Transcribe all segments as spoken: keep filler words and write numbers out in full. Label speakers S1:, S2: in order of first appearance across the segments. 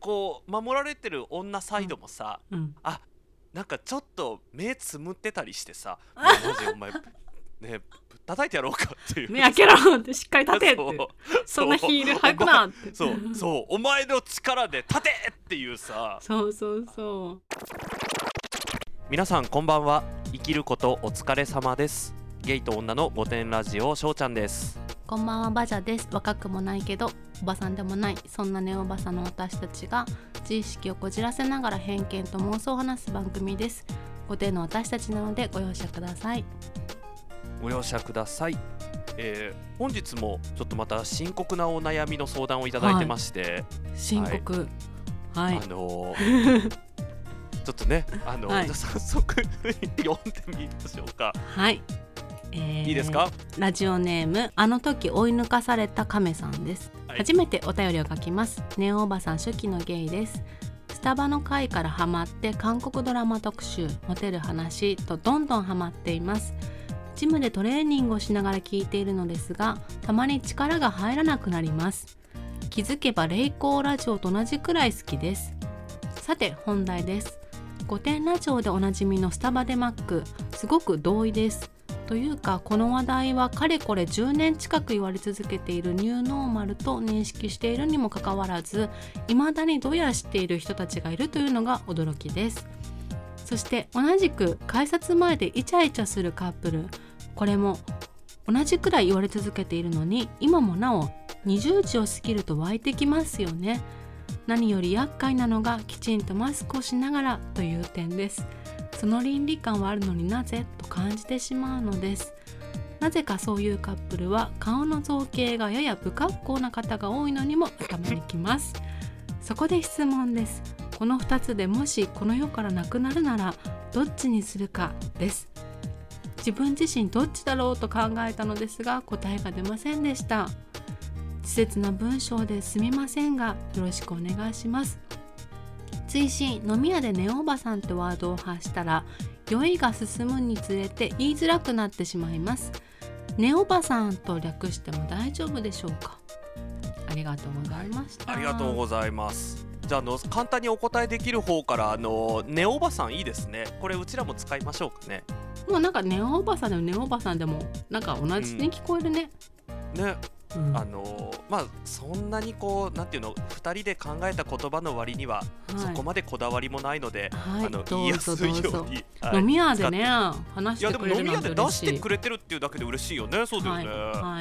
S1: こう守られてる女サイドもさ、
S2: うん、
S1: あなんかちょっと目つむってたりしてさマジお前ね叩いてやろうかっていう
S2: 目開けろってしっかり立てって そ, そんなヒール履くなって
S1: そうそうお前の力で立てっていうさ
S2: そうそうそう
S1: 皆さんこんばんは。生きることお疲れ様です。ゲイと女の御殿ラジオしょうちゃんです。
S2: こんばんはバジャです。若くもないけどおばさんでもないそんなネオバさんの私たちが自意識をこじらせながら偏見と妄想を話す番組です。御殿の私たちなのでご容赦ください。
S1: ご容赦ください。えー、本日もちょっとまた深刻なお悩みの相談をいただいてまして、はい、
S2: 深刻はい、
S1: はい、あのー、ちょっとねあのーはい、じゃ早速読んでみましょうか。
S2: はい、えー、
S1: いいですか。
S2: ラジオネームあの時追い抜かされた亀さんです、はい、初めてお便りを書きます。ネオおばさん初期のゲイです。スタバの回からハマって韓国ドラマ特集モテる話とどんどんハマっています。ジムでトレーニングをしながら聞いているのですがたまに力が入らなくなります。気づけばレイコーラジオと同じくらい好きです。さて本題です。御殿ラジオでおなじみのスタバでマックすごく同意です。というかこの話題はかれこれじゅうねん近く言われ続けているニューノーマルと認識しているにもかかわらず未だにどやしている人たちがいるというのが驚きです。そして同じく改札前でイチャイチャするカップル、これも同じくらい言われ続けているのに今もなおにじゅうじを過ぎると湧いてきますよね。何より厄介なのがきちんとマスクをしながらという点です。その倫理観はあるのになぜと感じてしまうのです。なぜかそういうカップルは顔の造形がやや不格好な方が多いのにも頭にきます。そこで質問です。このふたつでもしこの世からなくなるならどっちにするかです。自分自身どっちだろうと考えたのですが答えが出ませんでした。稚拙な文章ですみませんがよろしくお願いします。追伸飲み屋でネオおばさんってワードを発したら酔いが進むにつれて言いづらくなってしまいます。ネオおばさんと略しても大丈夫でしょうか。ありがとうございました、
S1: はい、ありがとうございます。じゃあ、あの簡単にお答えできる方からあのネオおばさんいいですね。これうちらも使いましょうかね。
S2: もうなんかネオおばさんでもネオおばさんでもなんか同じに聞こえるね、
S1: うん、ね、うん、あのまあそんなにこうなんていうのふたりで考えた言葉の割には、はい、そこまでこだわりもないので、はい、あの言いやすいように、はい、
S2: 飲み屋でね話してくれるの
S1: いやでも飲み屋で出してくれてるっていうだけで嬉しいよね。そうだよね、はいはい、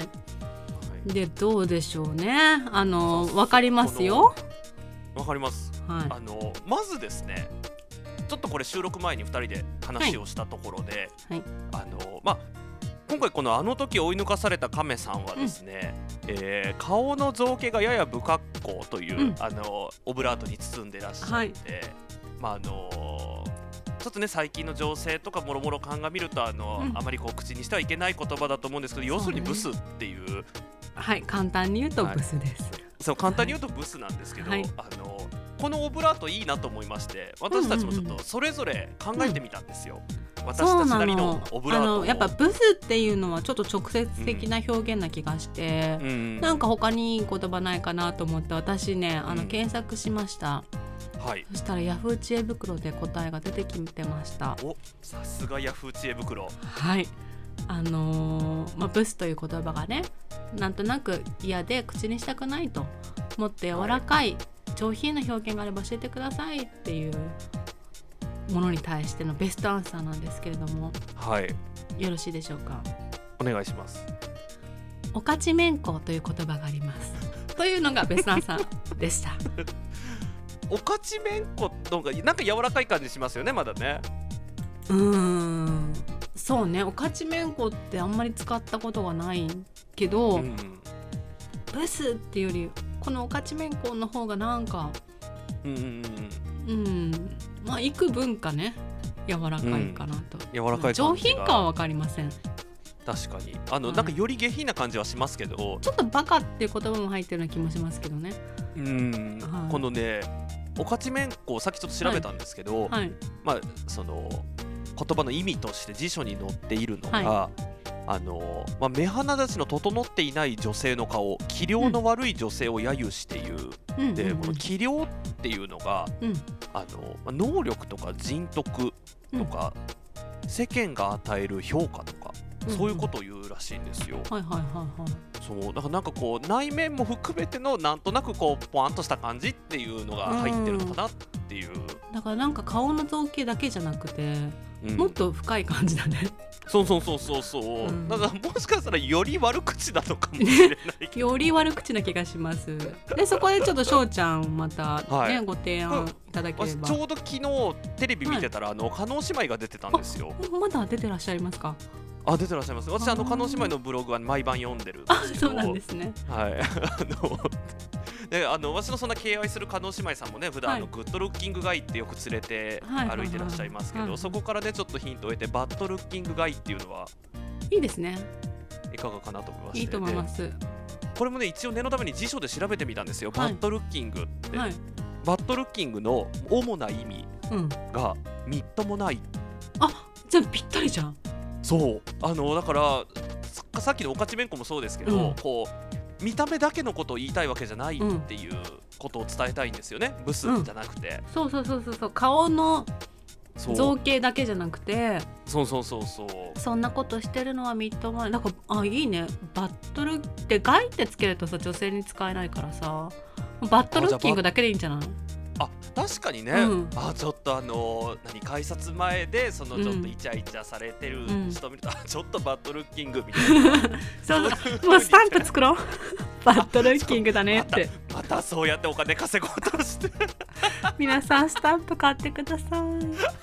S2: でどうでしょうね。あの分かりますよ。
S1: わかります、はい、あのまずですねちょっとこれ収録前にふたりで話をしたところで、はいはい、あのまあ今回このあの時追い抜かされた亀さんはですね、うん、えー、顔の造形がやや不格好という、うん、あのオブラートに包んでらっしゃって、はい、まああのちょっとね最近の情勢とかもろもろ鑑みるとあの、うん、あまりこう口にしてはいけない言葉だと思うんですけど、要するにブスっていう、
S2: はい、簡単に言うとブスです、はい、
S1: そう簡単に言うとブスなんですけど、はい、あのこのオブラートいいなと思いまして私たちもちょっとそれぞれ考えてみたんですよ、うん、私たちなりのオブラートを。あの
S2: やっぱブスっていうのはちょっと直接的な表現な気がして、うん、なんか他にいい言葉ないかなと思って私ねあの、うん、検索しました、はい、そしたらヤフー知恵袋で答えが出てきてました。
S1: お、さすがヤフー知恵袋。
S2: はい、あのーまあ、ブスという言葉がねなんとなく嫌で口にしたくないと、もっと柔らかい、はい、上品な表現があれば教えてくださいっていうものに対してのベストアンサーなんですけれども、
S1: はい、
S2: よろしいでしょうか。
S1: お願いします。
S2: おかちめんこという言葉がありますというのがベストアンサーでした
S1: おかちめんこのがなんか柔らかい感じしますよね。まだね
S2: うーんそうね、おかちめんこってあんまり使ったことがないけど、うん、ブスっていうよりこのおかちめんこの方がなんかうんうんうん、うん、まあ幾分かね柔らかいかなと、うん、
S1: 柔らかい感じが
S2: 上品感は分かりません。
S1: 確かにあの、はい、なんかより下品な感じはしますけど
S2: ちょっとバカっていう言葉も入ってるような気もしますけどね。
S1: うん、はい、このねおかちめんこさっきちょっと調べたんですけど、はいはい、まあその言葉の意味として辞書に載っているのが、はあの、まあ、目鼻立ちの整っていない女性の顔、器量の悪い女性を揶揄して言う、うん、でこの器量っていうのが、うん、あのまあ、能力とか人徳とか、うん、世間が与える評価とか、うん、そういうことを言うらしいんですよ。
S2: はいはいはいはい。
S1: そうだからなんかこう内面も含めてのなんとなくこうポワンとした感じっていうのが入ってるのかなっていう、うん、
S2: だからなんか顔の造形だけじゃなくて、うん、もっと深い感じだね。
S1: そうそうそうそうそう、うん、だからもしかしたらより悪口なのかもしれないけど
S2: より悪口な気がします。でそこでちょっと翔ちゃんまたね、はい、ご提案いただければ。
S1: ちょうど昨日テレビ見てたら、はい、あの加納姉妹が出てたんですよ。
S2: まだ出てらっしゃいますか？
S1: あ、出てらっしゃいます。私あの加納姉妹のブログは毎晩読んでるんですけど。
S2: あ、そうなんですね。
S1: はい。あのであの私のそんな敬愛する加納姉妹さんもね、普段、はい、あのグッドルッキングガイってよく連れて歩いてらっしゃいますけど、はいはいはいはい、そこからねちょっとヒントを得てバッドルッキングガイっていうのはい
S2: いですね。
S1: いかがかなと思いまして。
S2: いいと思います。
S1: これもね一応念のために辞書で調べてみたんですよ。はい、バッドルッキングって、はい、バッドルッキングの主な意味がみっともない。
S2: うん、あ、じゃあぴったりじゃん。
S1: そうあのだからさっきのおかちめんこもそうですけど、うん、こう見た目だけのことを言いたいわけじゃないっていうことを伝えたいんですよね、ブスじゃなくて、
S2: うん、そうそうそうそう、顔の造形だけじゃなくて、
S1: そうそうそうそう
S2: そんなことしてるのはみっともない。なんかあ、いいね。バットルってガイってつけるとさ女性に使えないからさ、バットルッキングだけでいいんじゃない？
S1: あ、確かにね、うん、あ、ちょっとあのー、何改札前でそのちょっとイチャイチャされてる人見ると、うん、あ、ちょっとバッドルッキングみたいな
S2: そうそう、もうスタンプ作ろうバッドルッキングだねって
S1: また、またそうやってお金稼ごうとして
S2: 皆さんスタンプ買ってください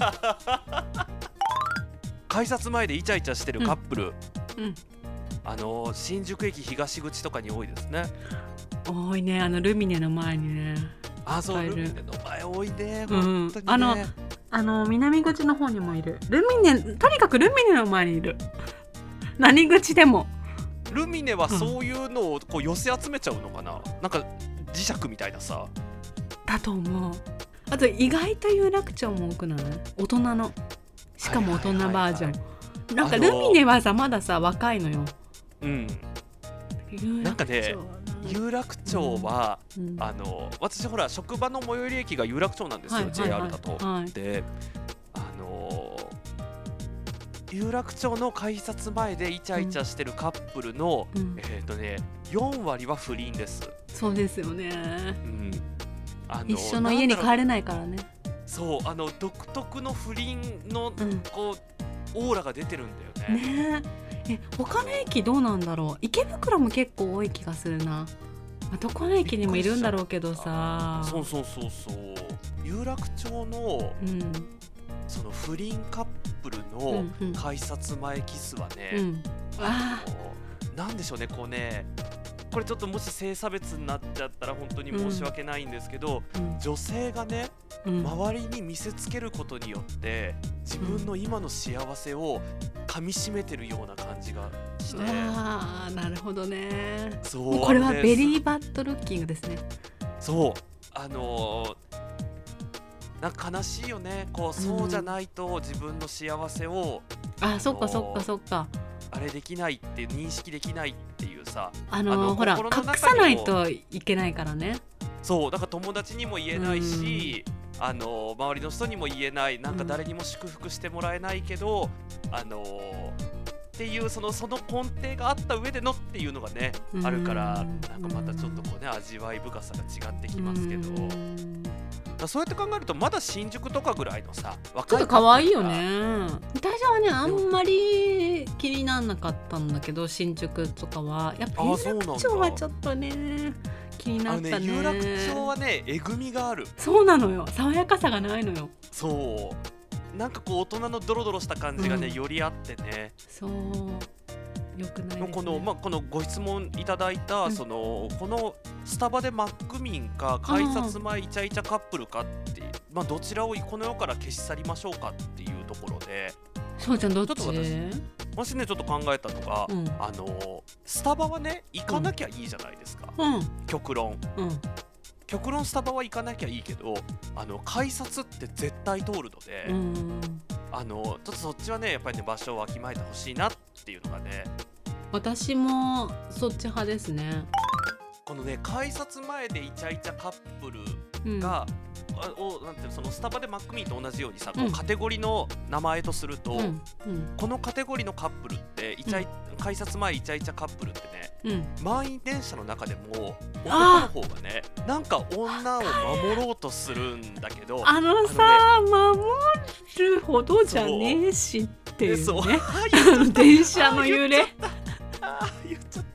S1: 改札前でイチャイチャしてるカップル、
S2: うんうん、
S1: あのー、新宿駅東口とかに多いですね。
S2: 多いね、あのルミネの前にね。
S1: あ、そう、ルミネの前多いね、うん、本当にね。
S2: あの、あの南口の方にもいる。ルミネ、とにかくルミネの前にいる何口でも。
S1: ルミネはそういうのをこう寄せ集めちゃうのかな、うん、なんか磁石みたいなさ。
S2: だと思う。あと意外と有楽町も多くない？大人の、しかも大人バージョン、はいはいはいはい、なんかルミネはさまださ若いのよ。
S1: うん、なんかね有楽町は、うんうん、あの私ほら職場の最寄り駅が有楽町なんですよ、はいはいはい、ジェイアール だと、はい、であの有楽町の改札前でイチャイチャしてるカップルの、うん、えーとね、よんわりは不倫です。
S2: そうですよね、
S1: うん、あの
S2: 一緒の家に帰れないからね。
S1: そう、あの独特の不倫の、うん、こうオーラが出てるんだよね。
S2: ねえ、他の駅どうなんだろう。池袋も結構多い気がするな。まあ、どこの駅にもいるんだろうけどさ。
S1: そうそうそうそう。有楽町の、うん、その不倫カップルの改札前キスはね、うんうん、ああなんでしょうね、こうね、これちょっともし性差別になっちゃったら本当に申し訳ないんですけど、うん、女性がね、うん、周りに見せつけることによって自分の今の幸せを噛み締めてるような感じがして、
S2: あー、なるほどね。そう、もうこれはベリーバッドルッキングですね。
S1: そう、あのー、なんか悲しいよね。こうそうじゃないと自分の幸せを、
S2: うん、あ、そっかそっかそっか、
S1: あれできないって認識できないっていうさ、
S2: あのー、あのほら隠さないといけないからね。
S1: そうだから友達にも言えないし、うん、あの周りの人にも言えない、なんか誰にも祝福してもらえないけど、うん、あのっていうそのその根底があった上でのっていうのがね、うん、あるから、なんかまたちょっとこうね味わい深さが違ってきますけど、うん、だそうやって考えるとまだ新宿とかぐらいのさ
S2: 若いちょっと可愛いよね。私はねあんまり気にならなかったんだけど、新宿とかはやっぱ有楽町はちょっとね気になったね。
S1: 有楽町はねえぐみがある。
S2: そうなのよ、爽やかさがないのよ。
S1: そうなんかこう大人のドロドロした感じがね、うん、よりあってね。
S2: そうよくないですね。
S1: この、まあ、このご質問いただいた、うん、そのこのスタバでマックミンか改札前イチャイチャカップルかっていう、まあ、どちらをこの世から消し去りましょうかっていうところで、
S2: そうちゃんどっち？
S1: ちょっと私私ねちょっと考えたのが、うん、あのスタバはね行かなきゃいいじゃないですか、うん、極論、うん、極論スタバは行かなきゃいいけど、あの改札って絶対通るので、うん、 あのちょっとそっちはねやっぱりね場所をわきまえてほしいなっていうのがね。
S2: 私もそっち派ですね。
S1: このね改札前でイチャイチャカップルが、うん、おなんていうのそのスタバでマックミーと同じようにさ、うん、こうカテゴリーの名前とすると、うんうん、このカテゴリーのカップルってイチャイ、うん、改札前イチャイチャカップルってね、うん、満員電車の中でも男の方がねなんか女を守ろうとするんだけど
S2: あのさあの、ね、守るほどじゃねえしっていうね電車の揺れ
S1: あ言っちゃった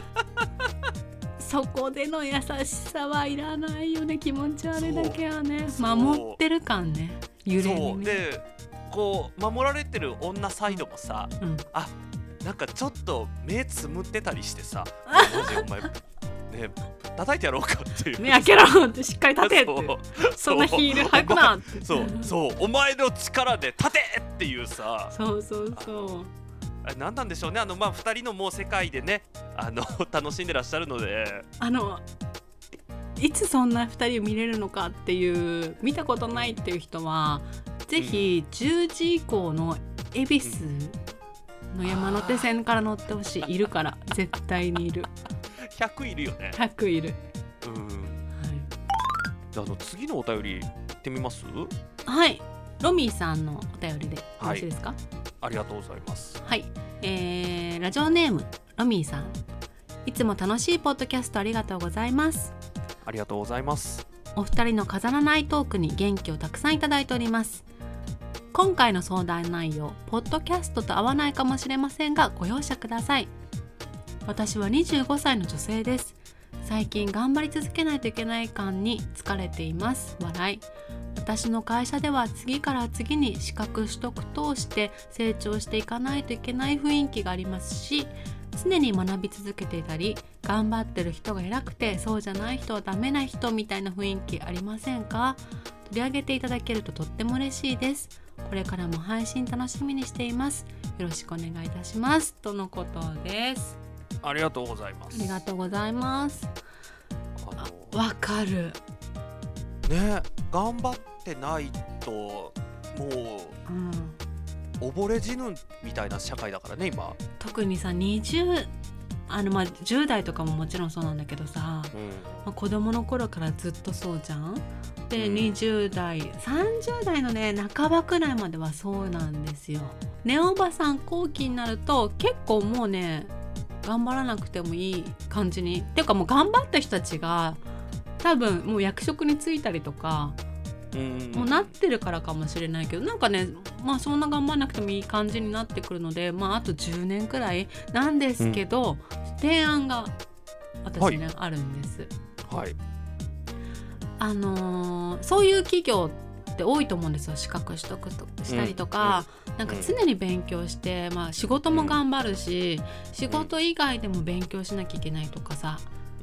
S2: そこでの優しさはいらないよね。気持ち悪いだけはね守ってる感ね揺れにね。
S1: でこう守られてる女サイドもさ、うん、あなんかちょっと目つむってたりしてさマジお前ね叩いてやろうかっていう
S2: 目開けろってしっかり立てってそんなヒール履くなって
S1: そうそうお前の力で立てっていうさ
S2: そうそうそう
S1: 何なんでしょうねあのまあふたりのもう世界でねあの楽しんでらっしゃるので
S2: あのいつそんなふたりを見れるのかっていう見たことないっていう人はぜひじゅうじ以降の恵比寿の山手線から乗ってほしい。いるから絶対にいる
S1: ひゃくいるよね。
S2: ひゃくいる。
S1: うん、はい、じゃあ、あの次のお便りいってみます？
S2: はい、ロミーさんのお便りでよろしいですか？はい、
S1: ありがとうございます。
S2: はい、えー、ラジオネームロミーさん、いつも楽しいポッドキャストありがとうございます。
S1: ありがとうございます。
S2: お二人の飾らないトークに元気をたくさんいただいております。今回の相談内容、ポッドキャストと合わないかもしれませんがご容赦ください。私はにじゅうごさいの女性です。最近頑張り続けないといけない感に疲れています。笑い。私の会社では次から次に資格取得通して成長していかないといけない雰囲気がありますし、常に学び続けていたり、頑張ってる人が偉くてそうじゃない人はダメな人みたいな雰囲気ありませんか？取り上げていただけるととっても嬉しいです。これからも配信楽しみにしています。よろしくお願いいたします。とのことです。
S1: ありがとうございます。
S2: ありがとうございます。わかる
S1: ね。頑張ってないともう、うん、溺れ死ぬみたいな社会だからね今。
S2: 特にさにじゅうあのまあじゅう代とかももちろんそうなんだけどさ、うんまあ、子供の頃からずっとそうじゃん。で、うん、にじゅう代さんじゅう代のね半ばくらいまではそうなんですよ。ねおばさん後期になると結構もうね頑張らなくてもいい感じに、っていうかもう頑張った人たちが多分もう役職に就いたりとか、うん、もうなってるからかもしれないけど、なんかねまあそんな頑張らなくてもいい感じになってくるので、まああとじゅうねんくらいなんですけど、うん、提案が私ね、はい、あるんです。
S1: はい。
S2: あのー、そういう企業って多いと思うんですよ。資格取得したりとか、うんうん、なんか常に勉強して、まあ、仕事も頑張るし、うん、仕事以外でも勉強しなきゃいけないとかさ、うん、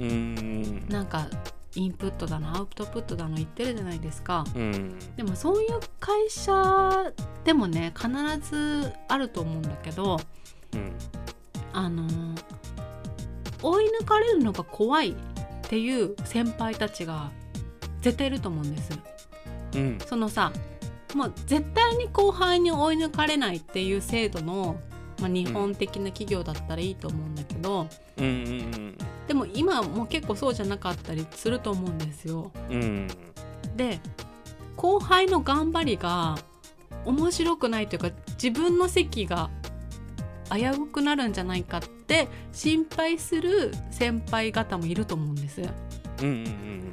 S2: なんかインプットだのアウトプットだの言ってるじゃないですか、うん、でもそういう会社でもね必ずあると思うんだけど、うん、あのー、追い抜かれるのが怖いっていう先輩たちが絶対いると思うんです、うん、そのさもう絶対に後輩に追い抜かれないっていう制度の、まあ、日本的な企業だったらいいと思うんだけど、うんうんうん、でも今もう結構そうじゃなかったりすると思うんですよ、うん、で後輩の頑張りが面白くないというか自分の席が危うくなるんじゃないかって心配する先輩方もいると思うんです、うんうんうん、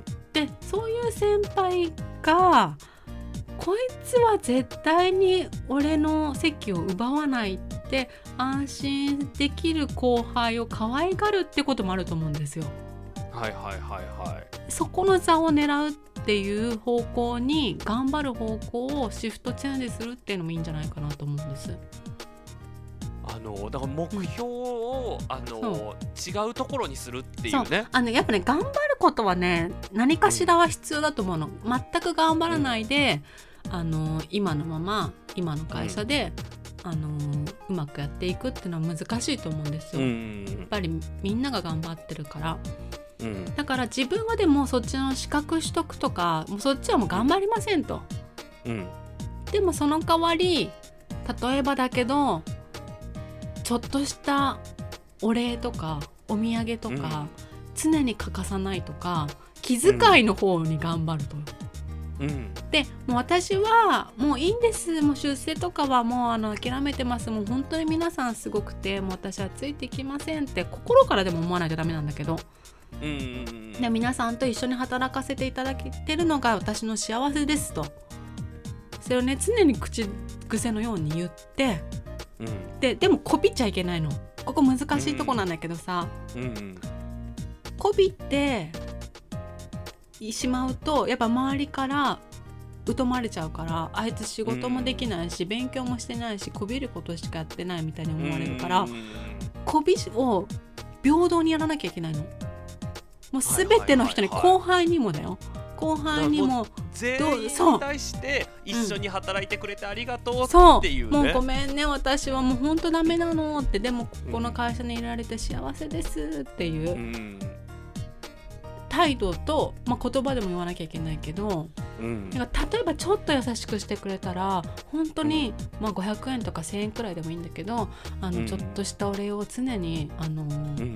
S2: でそういう先輩がこいつは絶対に俺の席を奪わないって安心できる後輩を可愛がるってこともあると思うんですよ。
S1: はいはいはいはい。
S2: そこの座を狙うっていう方向に頑張る方向をシフトチェンジするっていうのもいいんじゃないかなと思うんです。
S1: あのだから目標を、うん、あの違うところにするっていうね。
S2: あのやっぱね頑張ることはね何かしらは必要だと思うの、うん、全く頑張らないで、うん、あの今のまま今の会社で、うん、あのうまくやっていくっていうのは難しいと思うんですよ、うん、やっぱりみんなが頑張ってるから、うん、だから自分はでもそっちの資格取得とかもうそっちはもう頑張りませんと、うん、 でもその代わり例えばだけどちょっとしたお礼とかお土産とか、うん、常に欠かさないとか気遣いの方に頑張ると、うん、でもう私はもういいんです、もう出世とかはもうあの諦めてます、もう本当に皆さんすごくてもう私はついてきませんって心からでも思わないとダメなんだけど、うん、で皆さんと一緒に働かせていただけてるのが私の幸せですと、それをね常に口癖のように言って、うん、で, でもこびっちゃいけないの。ここ難しいとこなんだけどさ、うんうん、こびってしまうとやっぱ周りから疎まれちゃうから、あいつ仕事もできないし、うん、勉強もしてないしこびることしかやってないみたいに思われるから、うん、こびを平等にやらなきゃいけないの。もう全ての人に、後輩にもだよ、後輩にも
S1: 全員に対して一緒に働いてくれてありがとうっていうね、
S2: そう、もうごめんね私はもう本当ダメなのって、でもここの会社にいられて幸せですっていう、うん、態度と、まあ、言葉でも言わなきゃいけないけど、うん、例えばちょっと優しくしてくれたら本当に、まあ、ごひゃくえんとかせんえんくらいでもいいんだけど、あの、うん、ちょっとしたお礼を常にあの、うん、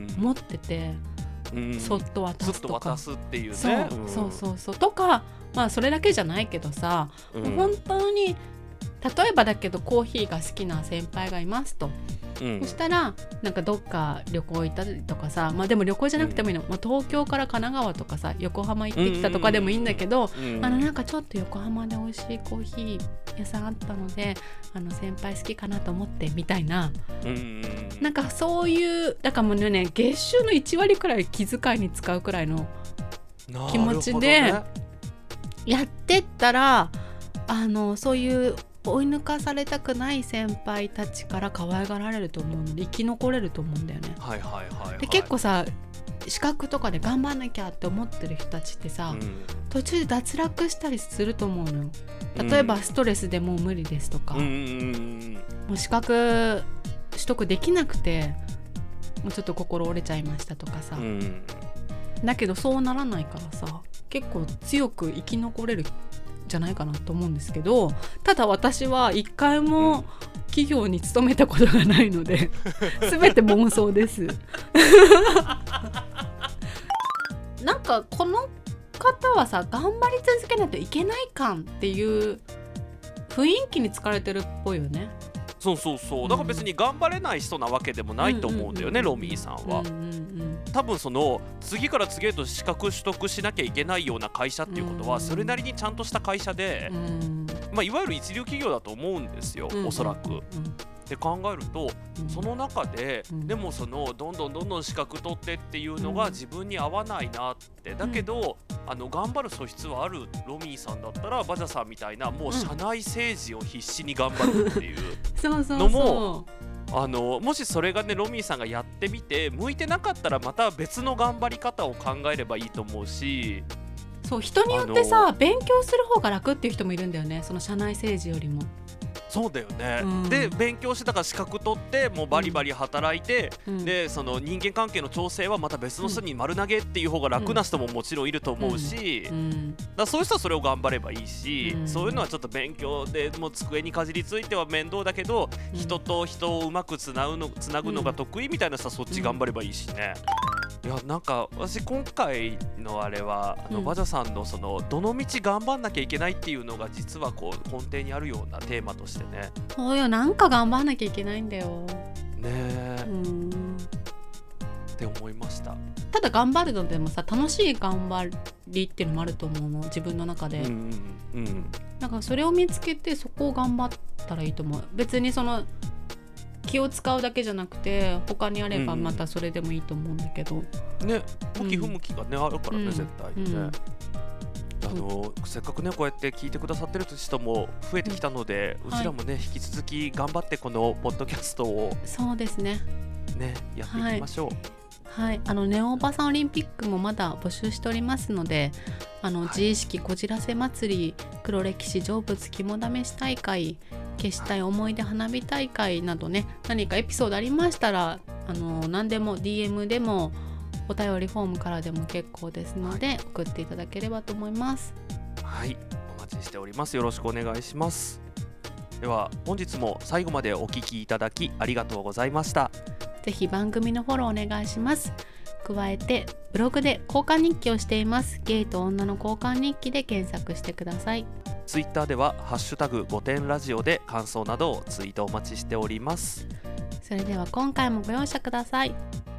S2: 持ってて、うん、そっと渡すとか、
S1: そっと渡すっていうね、
S2: そう、うん、そうそうそうとか、まあそれだけじゃないけどさ、うん、本当に例えばだけどコーヒーが好きな先輩がいますと、うん、そしたらなんかどっか旅行行ったりとかさ、まあでも旅行じゃなくてもいいの、うん、まあ、東京から神奈川とかさ横浜行ってきたとかでもいいんだけど、うんうんうん、あのなんかちょっと横浜で美味しいコーヒー屋さんあったのであの先輩好きかなと思ってみたいな、うんうん、なんかそういうだからもうね月収のいちわりくらい気遣いに使うくらいの気持ちでやってったら、あのそういう追い抜かされたくない先輩たちから可愛がられると思うので生き残れると思うんだよね。はいはいはいはい、で結構さ資格とかで頑張んなきゃって思ってる人たちってさ、うん、途中で脱落したりすると思うのよ。例えばストレスでもう無理ですとか、うん、もう資格取得できなくてもうちょっと心折れちゃいましたとかさ、うん、だけどそうならないからさ結構強く生き残れるじゃないかなと思うんですけど、ただ私は一回も企業に勤めたことがないので全て妄想ですなんかこの方はさ頑張り続けないといけない感っていう雰囲気に疲れてるっぽいよね。
S1: そうそうそう、だから別に頑張れない人なわけでもないと思うんだよね、ロミーさんは、うんうんうん、多分その次から次へと資格取得しなきゃいけないような会社っていうことはそれなりにちゃんとした会社で、うん、まあ、いわゆる一流企業だと思うんですよ、うん、おそらく、うんうん、って考えると、うん、その中で、うん、でもそのどんどんどんどん資格取ってっていうのが自分に合わないなって、うん、だけどあの頑張る素質はあるロミーさんだったらバジャさんみたいなもう社内政治を必死に頑張るっていうのもあのもしそれがねロミーさんがやってみて向いてなかったらまた別の頑張り方を考えればいいと思うし、
S2: そう人によってさ勉強する方が楽っていう人もいるんだよね、その社内政治よりも。
S1: そうだよね、うん、で勉強してたから資格取ってもうバリバリ働いて、うん、でその人間関係の調整はまた別の人に丸投げっていう方が楽な人ももちろんいると思うし、うんうん、だからそういう人はそれを頑張ればいいし、うん、そういうのはちょっと勉強でもう机にかじりついては面倒だけど、うん、人と人をうまくつなぐの、つなぐのが得意みたいな人はそっち頑張ればいいしね、いやなんか私今回のあれはあの、うん、バジャさんのそのどの道頑張んなきゃいけないっていうのが実はこう根底にあるようなテーマとしてね。
S2: そうよ、なんか頑張んなきゃいけないんだよ
S1: ねえ、うん、って思いました。
S2: ただ頑張るのでもさ楽しい頑張りっていうのもあると思うの自分の中で、うんうん、なんかそれを見つけてそこを頑張ったらいいと思う。別にその気を使うだけじゃなくて他にあればまたそれでもいいと思うんだけど、
S1: うん、ね向き不向きがね、うん、あるからね、絶対にね、うん、あのせっかくねこうやって聞いてくださってる人も増えてきたので、うん、うちらもね、はい、引き続き頑張ってこのポッドキャストを
S2: そうですね
S1: ねやっていきましょう。
S2: はいはい、あのネオおばさんオリンピックもまだ募集しておりますので、あの、はい、自意識こじらせ祭り、黒歴史成仏肝試し大会、消したい思い出花火大会などね、何かエピソードありましたらあの何でも ディーエム でもお便りフォームからでも結構ですので、はい、送っていただければと思います。
S1: はい、お待ちしております。よろしくお願いします。 では本日も最後までお聞きいただきありがとうございました。
S2: ぜひ番組のフォローお願いします。加えてブログで交換日記をしています。ゲイと女の交換日記で検索してください。
S1: ツイッターではハッシュタグごてんラジオで感想などをツイートお待ちしております。
S2: それでは今回もご容赦ください。